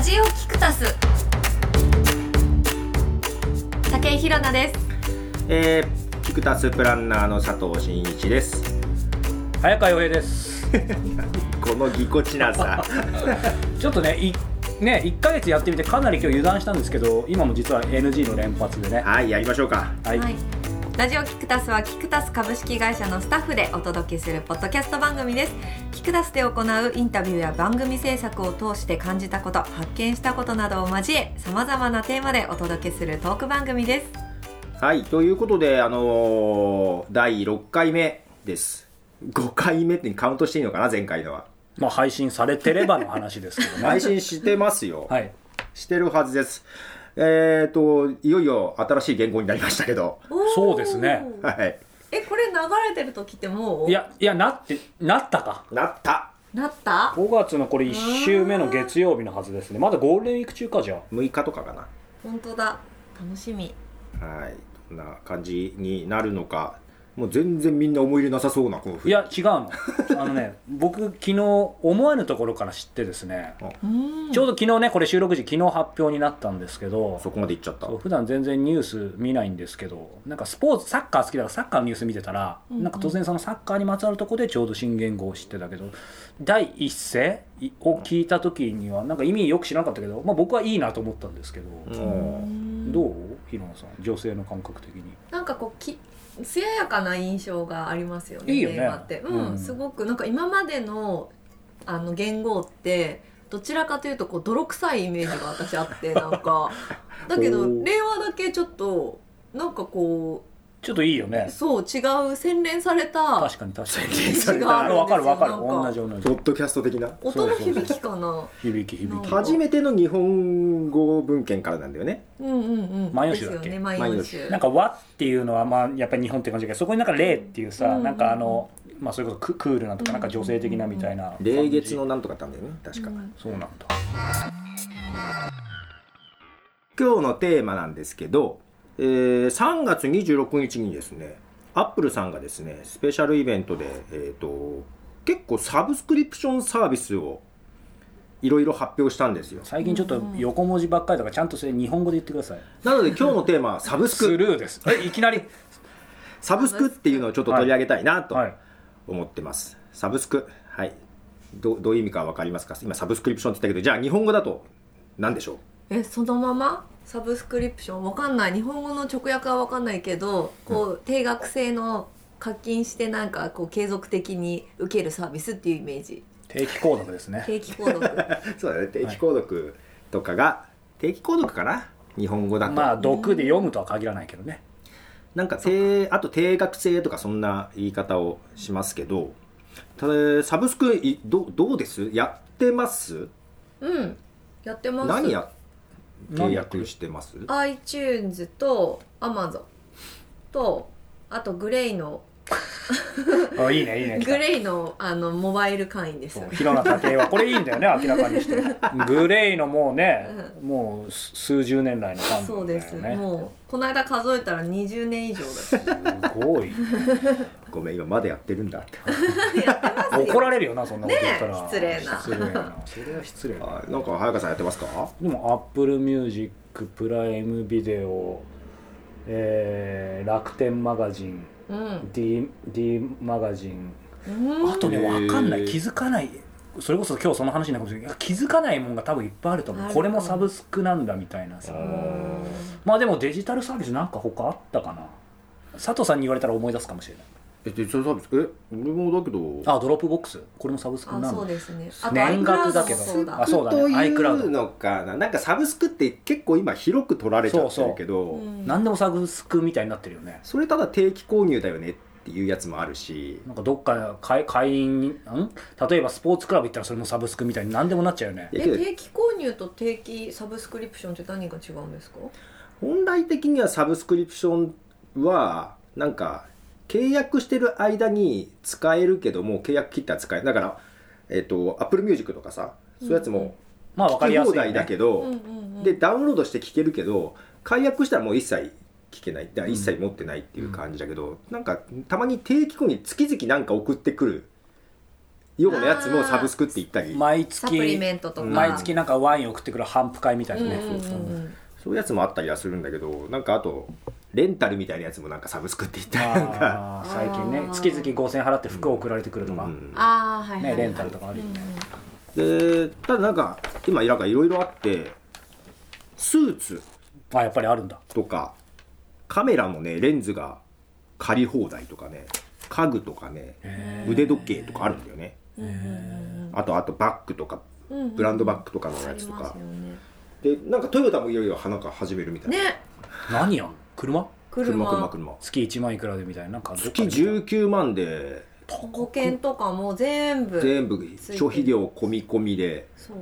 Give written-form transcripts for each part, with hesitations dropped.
ラジオキクタス、武井宏奈です。 キクタスプランナーの佐藤真一です。 早川洋平ですこのぎこちなさちょっとね1ヶ月やってみてかなり今日油断したんですけど、今も実は NG の連発でね。 はい、やりましょうか。 はい、 ラジオキクタスはキクタス株式会社のスタッフでお届けするポッドキャスト番組です。キクタスで行うインタビューや番組制作を通して感じたこと、発見したことなどを交え、様々なテーマでお届けするトーク番組です。 はい、ということで、第6回目です。5回目ってカウントしていいのかな、前回のは。 まあ配信されてればの話ですけどね配信してますよ。 はい、 してるはずです。いよいよ新しい言語になりましたけど。 そうですね。 はい。 これ流れてる時ってもういやなったかなった 5月のこれ1週目の月曜日のはずですね。まだゴールデンウィーク中か。じゃあ 6日とかかな。 本当だ、楽しみ。 はい、こんな感じになるのか。もう全然みんな思い入れなさそうなこのいや違うの僕昨日思わぬところから知ってですね、ちょうど昨日ね、これ収録時昨日発表になったんですけど、 そこまでいっちゃった。 普段全然ニュース見ないんですけど、なんかスポーツサッカー好きだからサッカーのニュース見てたら、なんか突然そのサッカーにまつわるところでちょうど新言語を知ってたけど、第一声を聞いた時にはなんか意味よく知らなかったけど、まあ、僕はいいなと思ったんですけど、どう平野さん、女性の感覚的に。 なんかこう艶やかな印象がありますよね。 いいよね、 令和って、すごくなんか今までの言語ってどちらかというとこう泥臭いイメージが私あってなんかだけど令和だけちょっとなんかこうちょっといいよね。 そう、違う洗練された確かにイメージがあるんですよ。 分かるなんか同じポッドキャスト的な音の響きかな。 響き初めての日本語文献からなんだよね。 万葉集だっけ。 ですよね、万葉集。 なんか和っていうのはまあやっぱり日本って感じだけど、そこになんか礼っていうさ、なんかまあそれこそクールなとかなんか女性的なみたいな、 礼月のなんとかってあるんだよね、確か。 そうなんだ。 今日のテーマなんですけど、3月26日にですね、アップルさんがですねスペシャルイベントで、結構サブスクリプションサービスをいろいろ発表したんですよ。 最近ちょっと横文字ばっかりとかちゃんとそれ日本語で言ってください。 なので今日のテーマはサブスクスルーです。いきなりサブスクっていうのをちょっと取り上げたいなと思ってます、サブスク、はい、どういう意味か分かりますか。今サブスクリプションって言ったけど、じゃあ日本語だと何でしょう。 そのままサブスクリプションわかんない、日本語の直訳はわかんないけど、こう定額制の課金してなんかこう継続的に受けるサービスっていうイメージ。 定期購読ですね。 定期購読そうだね、定期購読とかが、定期購読かな、日本語だと。 まあ読で読むとは限らないけどね。 なんかあと定額制とかそんな言い方をしますけど、ただサブスクどうです？やってます？ やってます。 何契約してます？ iTunes と Amazon とあとグレイのいいねグレイのモバイル会員ですよね。 広な家庭はこれいいんだよね、明らかにして。グレイのもうね、もう数十年来のファンだよね。 そうです。もうこの間数えたら20年以上だし。すごいごめん、今まだやってるんだってやってますよ。 怒られるよな、そんなこと言ったら。 ね、失礼な。 それは失礼な。 なんか早川さんやってますか？ でも Apple Music、プライムビデオ、楽天マガジン、D マガジン、あとね、分かんない、気づかない、それこそ今日その話になるかもしれない、気づかないもんが多分いっぱいあると思う。これもサブスクなんだみたいなさ。まあでもデジタルサービスなんか他あったかな。佐藤さんに言われたら思い出すかもしれない。 デジタルサービス、俺もだけど、 ドロップボックス、これもサブスクなんだ。 そうですね。 年額だけど、 そうだとね、 いうのかな。なんかサブスクって結構今広く取られちゃってるけど、 何でもサブスクみたいになってるよね。 それただ定期購入だよねっていうやつもあるし、 なんかどっか会員例えばスポーツクラブ行ったらそれもサブスクみたいに何でもなっちゃうよね。 定期購入と定期サブスクリプションって何が違うんですか？ 本来的にはサブスクリプションはなんか契約してる間に使えるけども契約切ったら使える。だからApple Music とかさ、そういうやつもまあ分かりやすいよね。 聞き放題だけど、でダウンロードして聞けるけど解約したらもう一切聞けない、だから一切持ってないっていう感じだけど、なんかたまに定期購入月々なんか送ってくるようなやつもサブスクって言ったり、 毎サプリ月メントとか毎月なんかワイン送ってくる頒布会みたいなね、 そういうやつもあったりはするんだけど、なんかあとレンタルみたいなやつもなんかサブスクって言ったりなんか最近ね月々5000払って服を送られてくるとか、 ああはいはい、 ね、レンタルとかあるよね、 でただなんか今なんかいろいろあって、スーツやっぱりあるんだとかカメラのねレンズが借り放題とかね、家具とかね、腕時計とかあるんだよね。あとバッグとかブランドバッグとかのやつとか、でなんかトヨタもいよいよなんか始めるみたいな。 ね、 何やん車車月1万いくらでみたいな、なんか月19万で保険とかも全部消費量込み込みでそう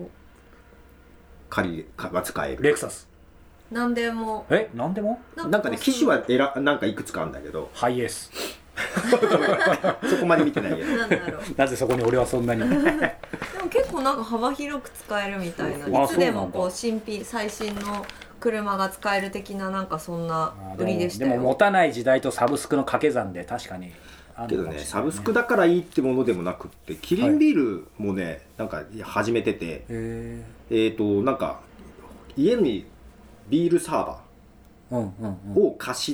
使える。 レクサス何でも何でもなんかね機種はなんかいくつかあるんだけど、 ハイエースそこまで見てないけどなんだろうなぜそこに俺はそんなにでも結構なんか幅広く使えるみたいな、いつでもこう最新の車が使える的な、なんかそんな売りでしたよ。 でも持たない時代とサブスクの掛け算で確かにけどね、サブスクだからいいってものでもなくって、キリンビールもね、なんか始めてて、なんか家にビールサーバーを貸して、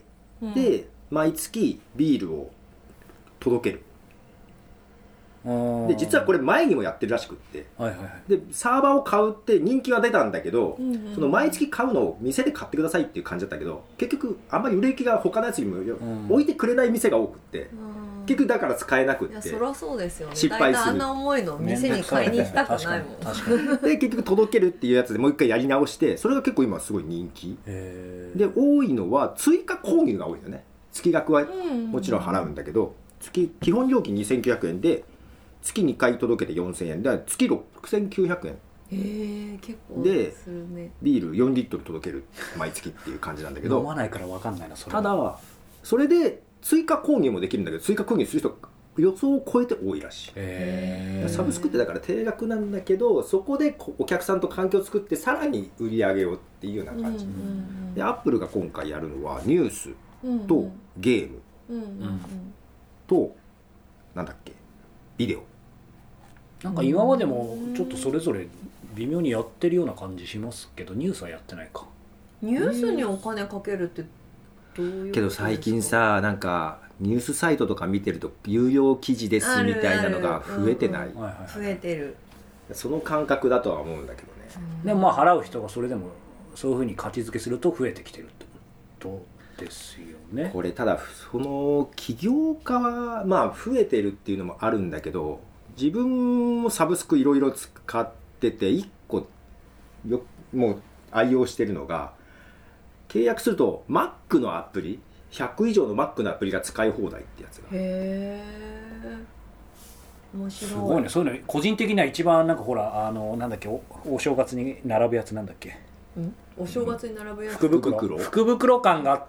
で毎月ビールを届ける。で実はこれ前にもやってるらしくって、でサーバーを買うって人気は出たんだけど、その毎月買うのを店で買ってくださいっていう感じだったけど、結局あんまり売れ行きが他のやつにも置いてくれない店が多くって、結局だから使えなくって、 いやそりゃそうですよね、 失敗する。 あんな重いの店に買いに行きたくないもんで結局届けるっていうやつでもう一回やり直して、それが結構今すごい人気で、多いのは追加購入が多いよね。月額はもちろん払うんだけど、基本料金2900円で月2回届けて4000円で月6900円、 結構するね。 でビール4リットル届ける毎月っていう感じなんだけど、 飲まないから分かんないなそれ。 ただそれで追加購入もできるんだけど、追加購入する人予想を超えて多いらしい。サブスクってだから定額なんだけど、そこでお客さんと環境を作ってさらに売り上げをっていうような感じ、でアップルが今回やるのはニュースとゲームとなんだっけ、ビデオ。 なんか今までもちょっとそれぞれ微妙にやってるような感じしますけど、ニュースはやってないか。 ニュースにお金かけるってどういうことですか？ けど最近さ、なんかニュースサイトとか見てると有料記事ですみたいなのが増えてない？ 増えてる。 その感覚だとは思うんだけどね。 でもまあ払う人がそれでもそういうふうに価値づけすると増えてきてるってことですよね。 これただその起業家はまあ増えてるっていうのもあるんだけど、自分もサブスクいろいろ使ってて、1個もう愛用してるのが、契約すると Mac のアプリ100以上の Mac のアプリが使い放題ってやつが。 へー、面白い。 すごいね。そういうの個人的には一番なんかほらなんだっけ、お正月に並ぶやつなんだっけ、 お正月に並ぶやつ、 福袋感があって、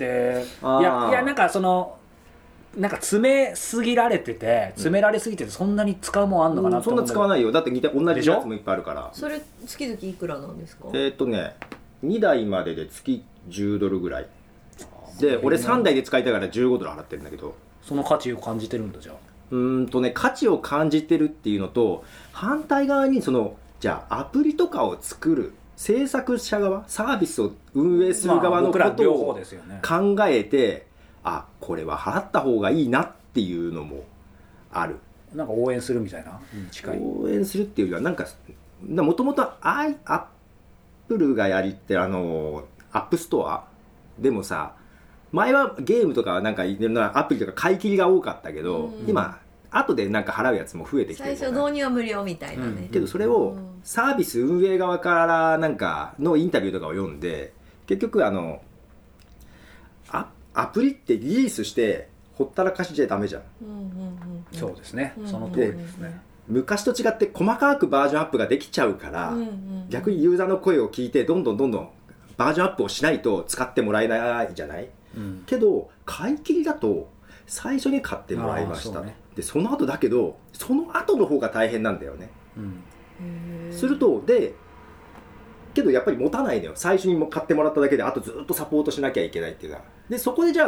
いやなんかそのなんか詰めすぎられてて、詰められすぎてて、そんなに使うもんあんのかなって思うんだけど、 そんな使わないよ。だって同じやつもいっぱいあるから。 それ月々いくらなんですか ？2台までで月10ドルぐらいで、俺3台で使いたいから15ドル払ってるんだけど、 その価値を感じてるんだ。じゃあ価値を感じてるっていうのと、反対側にじゃあアプリとかを作る制作者側、サービスを運営する側のことを考えて、あ、これは払った方がいいなっていうのもある。 なんか応援するみたいな、近い。 応援するっていうよりは、なんかもともとアップルがやりってアップストアでもさ、前はゲームとかなんかいろんなアプリとか買い切りが多かったけど、今後でなんか払うやつも増えてきてる。 最初導入は無料みたいなね、 けどそれをサービス運営側からなんかのインタビューとかを読んで、結局アプリってリリースしてほったらかしじゃダメじゃん。 そうですね、その通りですね。 昔と違って細かくバージョンアップができちゃうから、逆にユーザーの声を聞いてどんどんバージョンアップをしないと使ってもらえないじゃない、けど買い切りだと最初に買ってもらいました、でその後だけど、その後の方が大変なんだよね、するとけどやっぱり持たないのよ。最初にも買ってもらっただけで、あとずっとサポートしなきゃいけないっていうか。でそこでじゃあ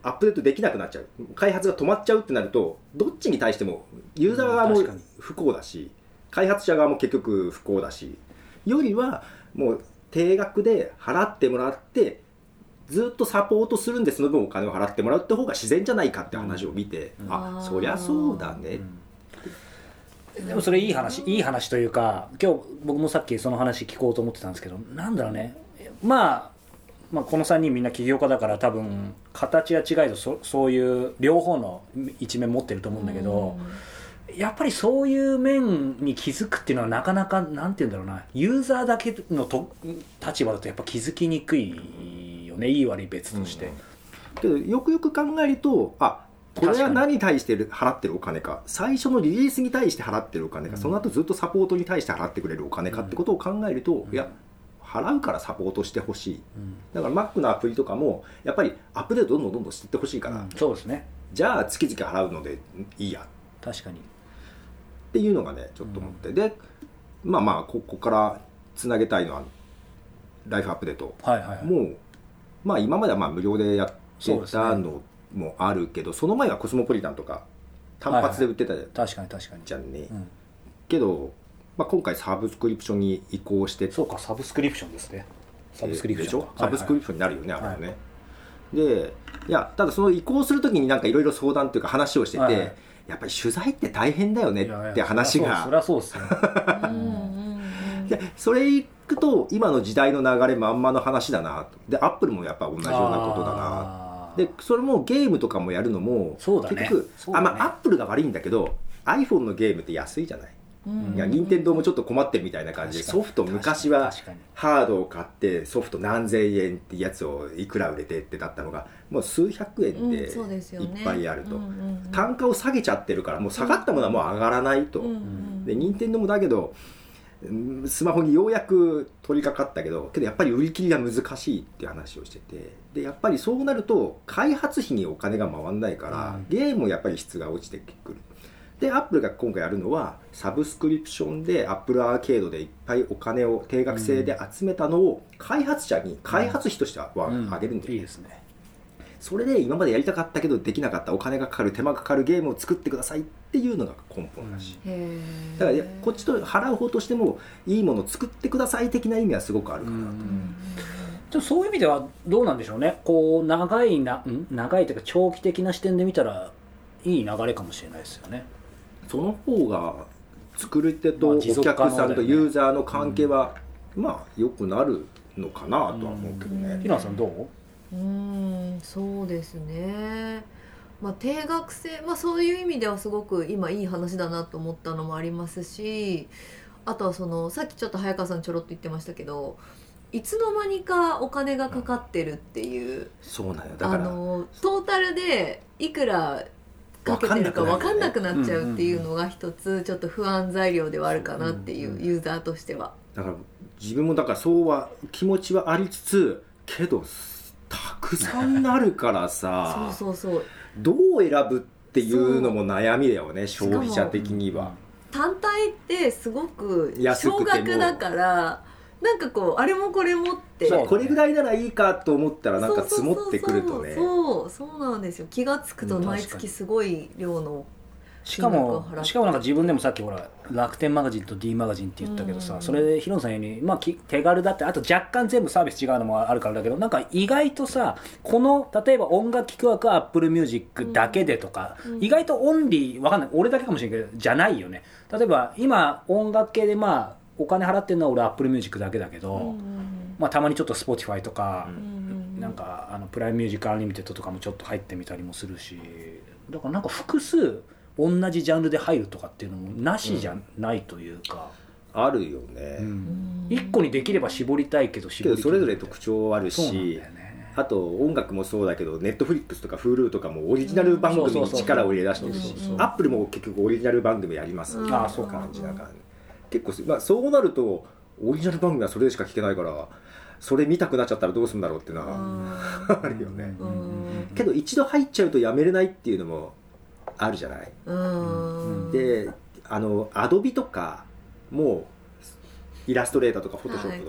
アップデートできなくなっちゃう、開発が止まっちゃうってなるとどっちに対してもユーザー側も不幸だし、開発者側も結局不幸だし、よりはもう定額で払ってもらってずっとサポートするんでその分お金を払ってもらうって方が自然じゃないかって話を見て、そりゃそうだね、 でもそれいい話というか、今日僕もさっきその話聞こうと思ってたんですけど、なんだろうね、まあこの3人みんな起業家だから多分形は違いとそういう両方の一面持ってると思うんだけど、やっぱりそういう面に気づくっていうのはなかなかなんて言うんだろうな、ユーザーだけの立場だとやっぱ気づきにくいよね、いい悪い別として、 けどよくよく考えるとこれは何に対して払ってるお金か、最初のリリースに対して払ってるお金か、その後ずっとサポートに対して払ってくれるお金かってことを考えると、いや払うからサポートしてほしい、だから Mac のアプリとかもやっぱりアップデートどんどんしていってほしいから、 そうですね、 じゃあ月々払うのでいいや確かにっていうのがねちょっと思って、でここからつなげたいのはライフアップデート、もう今までは無料でやってたのもあるけど、その前はコスモポリタンとか単発で売ってた確かにじゃんね、けど、今回サブスクリプションに移行して、 そうか、サブスクリプションですね、サブスクリプション、 サブスクリプションになるよね、あれはね、でいやただその移行するときになんかいろいろ相談というか話をしてて、やっぱり取材って大変だよねって話が、 そりゃそうですよでそれいくと今の時代の流れまんまの話だな、でアップルもやっぱ同じようなことだな、でそれもゲームとかもやるのも、結局アップルが悪いんだけど iPhone のゲームって安いじゃない、いや任天堂もちょっと困ってるみたいな感じで、ソフト昔はハードを買ってソフト何千円ってやつをいくら売れてってだったのがもう数百円でいっぱいあると、単価を下げちゃってるからもう下がったものはもう上がらないと、で任天堂もだけどスマホにようやく取り掛かったけどやっぱり売り切りが難しいっていう話をしてて、でやっぱりそうなると開発費にお金が回らないから、ゲームもやっぱり質が落ちてくる。でアップルが今回やるのはサブスクリプションでアップルアーケードでいっぱいお金を定額制で集めたのを開発者に開発費としてはあげるんで、 いいですね。 それで今までやりたかったけどできなかったお金がかかる手間がかかるゲームを作ってくださいっていうのが根本だし、だからこっちと払う方としてもいいものを作ってください的な意味はすごくあるかなと、 そういう意味ではどうなんでしょうね、こう長いというか長期的な視点で見たらいい流れかもしれないですよね。 その方が作り手とお客さんとユーザーの関係は良くなるのかなとは思うけどね。 ひなさんどう？ そうですね、定額制、そういう意味ではすごく今いい話だなと思ったのもありますし、あとはさっきちょっと早川さんちょろっと言ってましたけど、いつの間にかお金がかかってるっていう、 そうなんよ、だからトータルでいくらかけてるか分かんなくなっちゃうっていうのが一つちょっと不安材料ではあるかなっていう、ユーザーとしては。 だから自分もだからそうは気持ちはありつつけどたくさんあるからさそうどう選ぶっていうのも悩みだよね、消費者的には。 単体ってすごく少額だからなんかこうあれもこれもってこれぐらいならいいかと思ったらなんか積もってくるとね、 そうなんですよ。気がつくと毎月すごい量のしかもなんか自分でもさっきほら楽天マガジンと D マガジンって言ったけどさ、それでヒロさん言うように、手軽だって、あと若干全部サービス違うのもあるからだけど、なんか意外とさ、この例えば音楽聴く枠は Apple Music だけでとか、意外とオンリーわかんない、俺だけかもしれないけどじゃないよね。例えば今音楽系でお金払ってるのは俺 Apple Music だけだけど、たまにちょっと Spotify とか、なんかプライムミュージックアンリミテッドとかもちょっと入ってみたりもするし、だからなんか複数同じジャンルで入るとかっていうのもなしじゃないというか、 あるよね、 一個にできれば絞りたいけど絞りそれぞれ特徴あるし、あと音楽もそうだけど Netflix とか Hulu とかもオリジナル番組に力を入れ出してるし、Apple も結局オリジナル番組やりますみたいな感じだから、結構、そうなるとオリジナル番組はそれでしか聞けないからそれ見たくなっちゃったらどうするんだろうっていうのはあるよね。けど一度入っちゃうとやめれないっていうのもあるじゃない。でアドビとかもうイラストレーターとかフォトショップとか、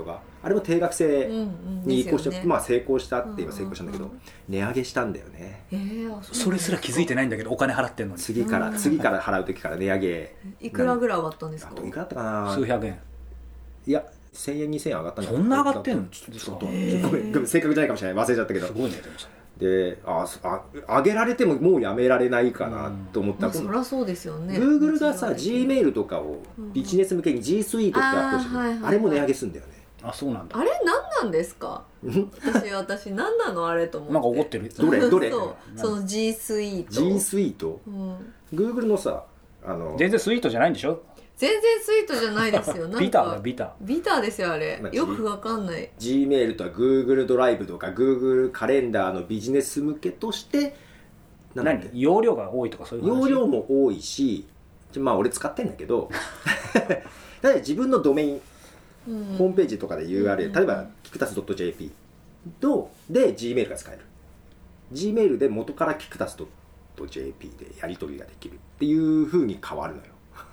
あれも定額制に移行して、 ですよねまあ成功したって言えば成功したんだけど、 うんうん値上げしたんだよね。 それすら気づいてないんだけどお金払ってんのに次から払う時から値上げ。 いくらぐらい上がったんですか？ あといくらだったかな。 数百円。 いや1000円2000円上がったんじゃない。 そんな上がってんの？ ちょっとごめん正確じゃないかもしれない、忘れちゃったけど。 すごいねでもそで上げられてももうやめられないかなと思ったら、 そりゃそうですよね。 Google がさ Gmail とかをビジネス向けに G Suite ってアップしてる、 はいはいはいあれも値上げするんだよね。 あそうなんだ。 あれ何なんですか？私何なのあれと思って。 なんか怒ってる。 どれそうその G Suite。 G Suite、Google のさ全然スイートじゃないんでしょ。 全然スイートじゃないですよ。なんかビターだビター。 ビターですよあれまあ。 よくわかんない。 Gmail とか Google ドライブとか Google カレンダーのビジネス向けとしてなんだっけ、 容量が多いとかそういう話。 容量も多いし、まあ俺使ってんだけどだって自分のドメイン、ホームページとかで URL、例えばキクタス .jp で Gmail が使える、 Gmail で元からキクタス .jp でやり取りができるっていう風に変わるのよ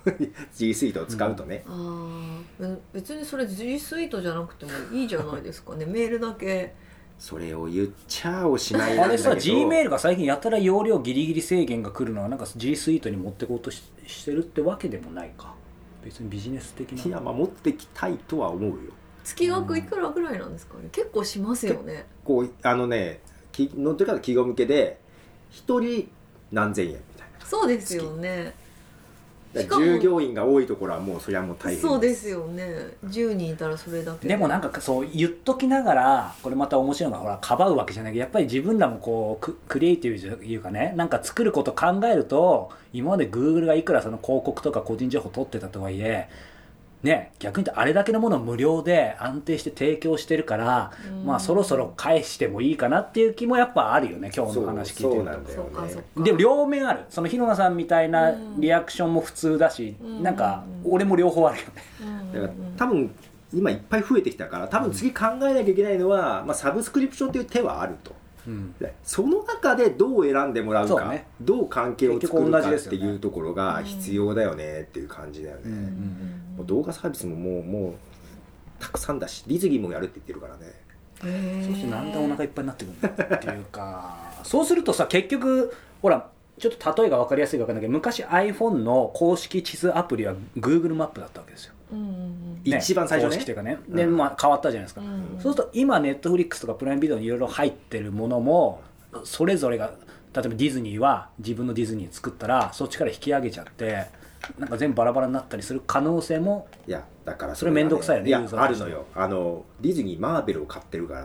G Suite を使うとね、 別にそれ G Suite じゃなくてもいいじゃないですかね。メールだけ。 それを言っちゃおしまいなんだけど、 あれさ Gmail が最近やたら容量ギリギリ制限が来るのはなんか G Suite に持ってこうとしてるってわけでもないか。別にビジネス的な。 いやまあ持ってきたいとは思うよ。 月額いくらぐらいなんですかね。結構しますよね。 こう乗ってから企業向けで一人何千円みたいな。 そうですよね。 だから従業員が多いところはもうそれはもう大変そうですよね。10人いたらそれだけでもなんかそう言っときながらこれまた面白いのがほらかばうわけじゃないけどやっぱり自分らもこうクリエイティブというかねなんか作ること考えると今まで Google がいくらその広告とか個人情報取ってたとはいえね、逆に言ってあれだけのものを無料で安定して提供してるから、まあそろそろ返してもいいかなっていう気もやっぱあるよね今日の話聞いてると。 そうなんだよね。 でも両面ある。その広野さんみたいなリアクションも普通だし、なんか俺も両方あるよね。 だから多分今いっぱい増えてきたから多分次考えなきゃいけないのは、まあ、サブスクリプションという手はあると、その中でどう選んでもらうか、ね、どう関係を作るかっていうところが必要だよねっていう感じだよね。もう動画サービスももうたくさんだしディズニーもやるって言ってるからね。 そうしてなんでお腹いっぱいになってくるんだっていうかそうするとさ結局ほらちょっと例えが分かりやすいか分かんないけど昔 iPhone の公式地図アプリは Google マップだったわけですよ、 一番最初ね公式というかねで、まあ、変わったじゃないですか、そうすると今 Netflix とかプライムビデオにいろいろ入ってるものもそれぞれが例えばディズニーは自分のディズニー作ったらそっちから引き上げちゃってなんか全部バラバラになったりする可能性も。 いやだからそれ面倒くさいよね。 いやあるのよ。ディズニーマーベルを買ってるから、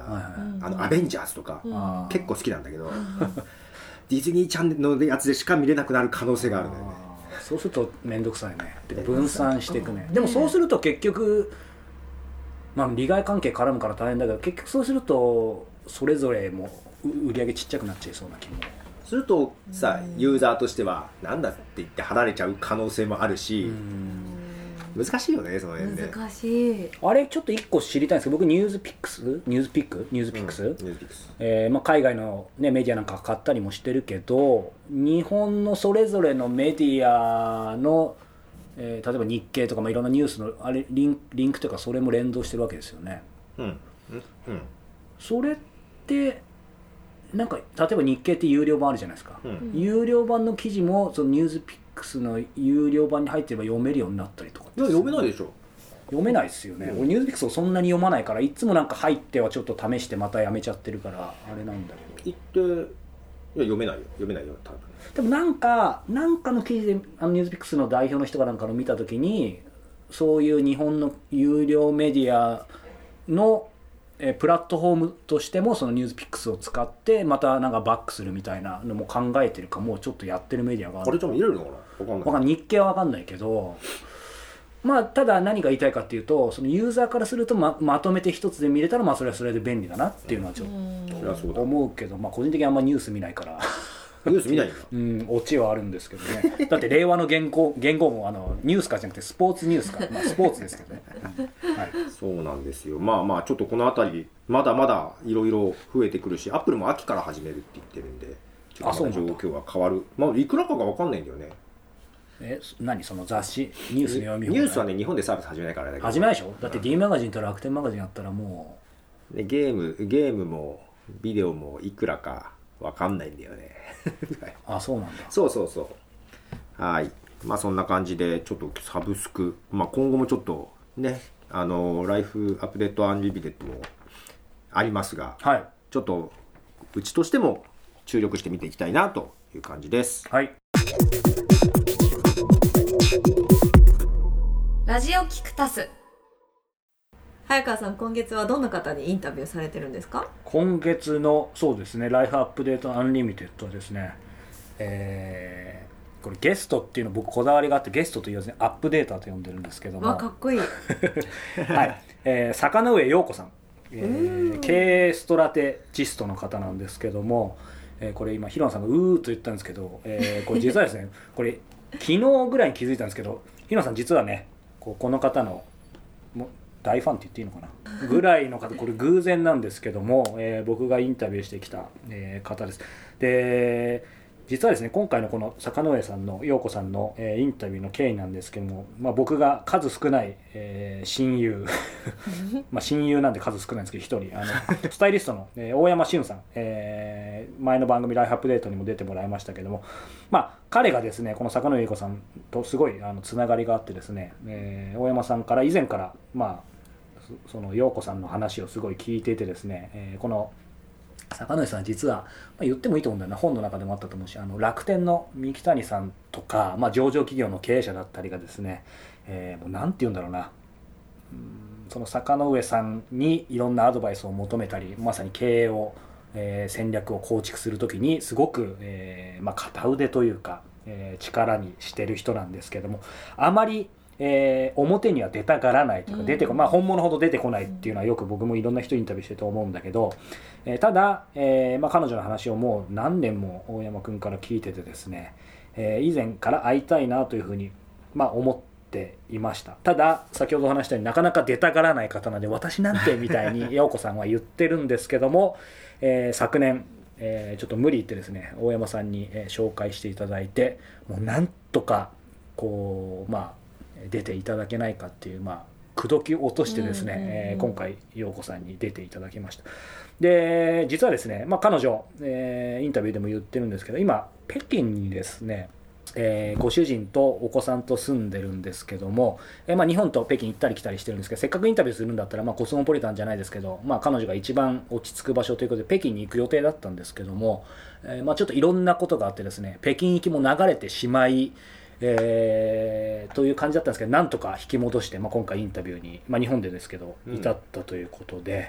アベンジャーズとか、結構好きなんだけどディズニーチャンネルのやつでしか見れなくなる可能性があるのよね。 そうすると面倒くさいね。分散していくね。でもそうすると結局まあ利害関係絡むから大変だけど結局そうするとそれぞれも売り上げちっちゃくなっちゃいそうな気も。 するとさユーザーとしてはなんだって言って貼られちゃう可能性もあるし、難しいよねその辺で。 難しい。 あれちょっと一個知りたいんですけど僕ニュースピックス、まあ、海外の、ね、メディアなんか買ったりもしてるけど日本のそれぞれのメディアの、例えば日経とか、まあ、いろんなニュースのあれリンクというかそれも連動してるわけですよね。それってなんか例えば日経って有料版あるじゃないですか、有料版の記事もそのニュースピックスの有料版に入ってれば読めるようになったりとか。 いや読めないでしょ。 読めないですよね、俺ニュースピックスをそんなに読まないからいつもなんか入ってはちょっと試してまたやめちゃってるからあれなんだけど。 いや読めないよ多分。 でもなんかの記事でニュースピックスの代表の人かなんかの見た時にそういう日本の有料メディアのプラットフォームとしてもそのニュースピックスを使ってまたなんかバックするみたいなのも考えてるかもうちょっとやってるメディアがある。 あれちょっと見れるのかな分かんない。 日経は分かんないけどまあただ何が言いたいかっていうとそのユーザーからすると まとめて一つで見れたらまあそれはそれで便利だなっていうのはちょっと思うけど、まあ個人的にあんまニュース見ないからニュース見ないんだ。 オチはあるんですけどね。だって令和の言語もニュースかじゃなくてスポーツニュースか、まあ、スポーツですけどね、はい、 そうなんですよ。まあちょっとこの辺りまだまだいろいろ増えてくるしアップルも秋から始めるって言ってるんでちょっとまだ状況は変わる。まあいくらかが分かんないんだよね。 何その雑誌ニュースの読み放題。 ニュースはね日本でサービス始めないからだけど始めないでしょ。だって D マガジンと楽天マガジンやったらもでゲームもビデオもいくらか分かんないんだよねあそうなんだ。 そうはい、まあそんな感じでちょっとサブスク、まあ、今後もちょっとねライフアップデートアンリミテッドもありますが、 はい、 ちょっとうちとしても注力して見ていきたいなという感じです。 はい。 ラジオキクタス。早川さん、今月はどんな方にインタビューされてるんですか？ 今月のそうですね、ライフアップデートアンリミテッドはですね、これゲストっていうの僕こだわりがあって、ゲストと言わずにアップデーターと呼んでるんですけども、 わかっこいいはい、坂上陽子さん、経営ストラテジストの方なんですけども、これ今ヒロンさんがうーっと言ったんですけど、これ実はですねこれ昨日ぐらいに気づいたんですけど、ヒロンさん実はねこの方の大ファンって言っていいのかなぐらいの方、これ偶然なんですけども、僕がインタビューしてきた、方です。で実はですね、今回のこの坂上さんの陽子さんの、インタビューの経緯なんですけども、まあ、僕が数少ない、親友まあ親友なんで数少ないんですけど一人スタイリストの、大山俊さん、前の番組ライフアップデートにも出てもらいましたけども、まあ、彼がですねこの坂上陽子さんとすごいつながりがあってですね、大山さんから以前からまあその陽子さんの話をすごい聞いていてですね、この坂上さん実は、まあ、言ってもいいと思うんだよな、本の中でもあったと思うし、楽天の三木谷さんとか、まあ、上場企業の経営者だったりがですね、もうなんて言うんだろうな、その坂上さんにいろんなアドバイスを求めたり、まさに経営を、戦略を構築するときにすごく、まあ、片腕というか、力にしてる人なんですけども、あまり表には出たがらないというか、まあ、本物ほど出てこないっていうのはよく僕もいろんな人インタビューしてて思うんだけど、ただ、まあ、彼女の話をもう何年も大山くんから聞いててですね、以前から会いたいなというふうに、まあ、思っていました。ただ先ほど話したようになかなか出たがらない方なんで、私なんてみたいに陽子さんは言ってるんですけども、昨年ちょっと無理言ってですね大山さんに、紹介していただいて、もうなんとかこうまあ出ていただけないかっていう、まあ、口説き落としてですね、今回陽子さんに出ていただきました。で実はですね、まあ、彼女、インタビューでも言ってるんですけど、今北京にですね、ご主人とお子さんと住んでるんですけども、まあ、日本と北京行ったり来たりしてるんですけど、せっかくインタビューするんだったら、まあ、コスモポリタンじゃないですけど、まあ、彼女が一番落ち着く場所ということで北京に行く予定だったんですけども、まあ、ちょっといろんなことがあってですね、北京行きも流れてしまい、という感じだったんですけど、なんとか引き戻して、まあ、今回インタビューに、まあ、日本でですけど至ったということで、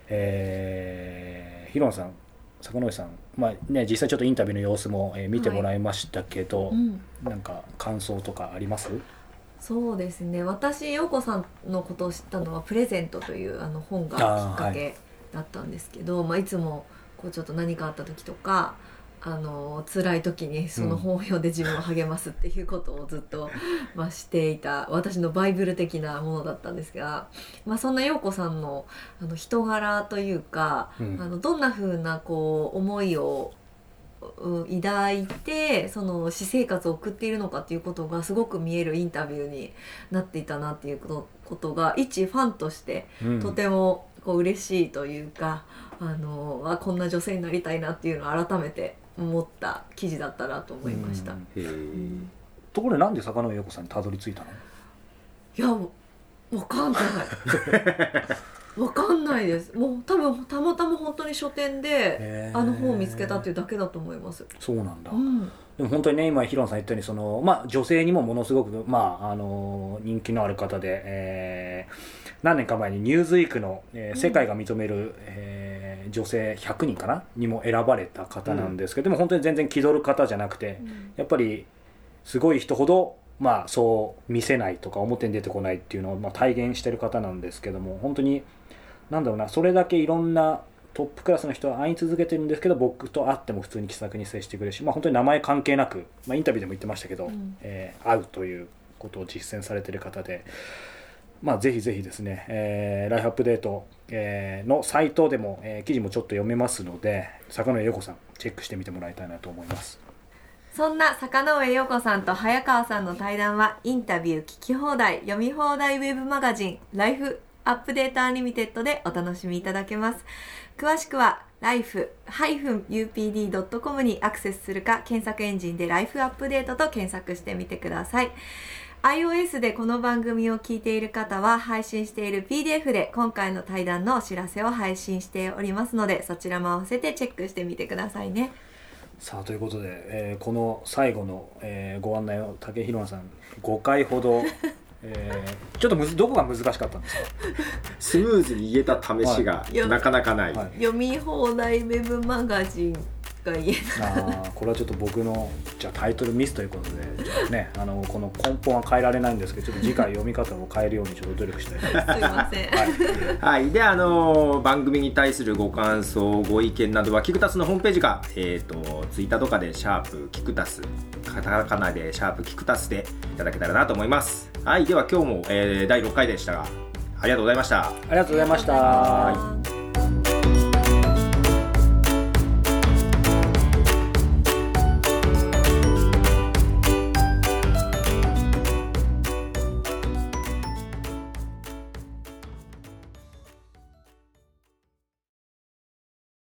ヒロンさん、坂上さん、まあね、実際ちょっとインタビューの様子も、見てもらいましたけど、なんか感想とかあります？ そうですね、私陽子さんのことを知ったのはプレゼントという本がきっかけだったんですけど、まあ、いつもこうちょっと何かあった時とか辛い時にその本を読んで自分を励ますっていうことをずっと、まあ、していた私のバイブル的なものだったんですが、まあ、そんな陽子さんの人柄というか、どんな風なこう思いを抱いてその私生活を送っているのかっていうことがすごく見えるインタビューになっていたなっていうことが一ファンとしてとてもこう嬉しいというか、こんな女性になりたいなっていうのを改めて思った記事だったなと思いました。 ところでなんで坂上陽子さんにたどり着いたの？ いやわかんないわかんないです。もう多分たまたま本当に書店で本を見つけたっていうだけだと思います。 そうなんだ、でも本当にね、今ヒロンさん言ったようにその、まあ、女性にもものすごく、まあ、人気のある方で、何年か前にニューズウィークの、世界が認める、女性100人かなにも選ばれた方なんですけど、でも本当に全然気取る方じゃなくて、やっぱりすごい人ほど、まあ、そう見せないとか表に出てこないっていうのを、まあ、体現してる方なんですけども、本当になんだろうな、それだけいろんなトップクラスの人は会い続けてるんですけど、僕と会っても普通に気さくに接してくれるし、まあ、本当に名前関係なく、まあ、インタビューでも言ってましたけど、会うということを実践されている方で、まあ、ぜひぜひですね、ライフアップデート、のサイトでも、記事もちょっと読めますので、坂上陽子さんチェックしてみてもらいたいなと思います。 そんな坂上陽子さんと早川さんの対談はインタビュー聞き放題読み放題ウェブマガジンライフアップデートアニメテッドでお楽しみいただけます。詳しくは life-upd.com にアクセスするか、検索エンジンでライフアップデートと検索してみてください。iOS でこの番組を聞いている方は配信している PDF で今回の対談のお知らせを配信しておりますので、そちらも合わせてチェックしてみてくださいね。 さあということで、この最後の、ご案内を竹広さん5回ほど、ちょっとどこが難しかったんですか？ スムーズに言えた試しがなかなかない、 読み放題ウェブマガジンが言えない。 これはちょっと僕のじゃあタイトルミスということで、じゃあね、この根本は変えられないんですけど、ちょっと次回読み方を変えるようにちょっと努力したいと思います。 すいません。 はい、で番組に対するご感想ご意見などはキクタスのホームページか、ツイッターとかでシャープキクタス、カタカナでシャープキクタスでいただけたらなと思います。はい、では今日も、第6回でしたが、ありがとうございました。 ありがとうございました。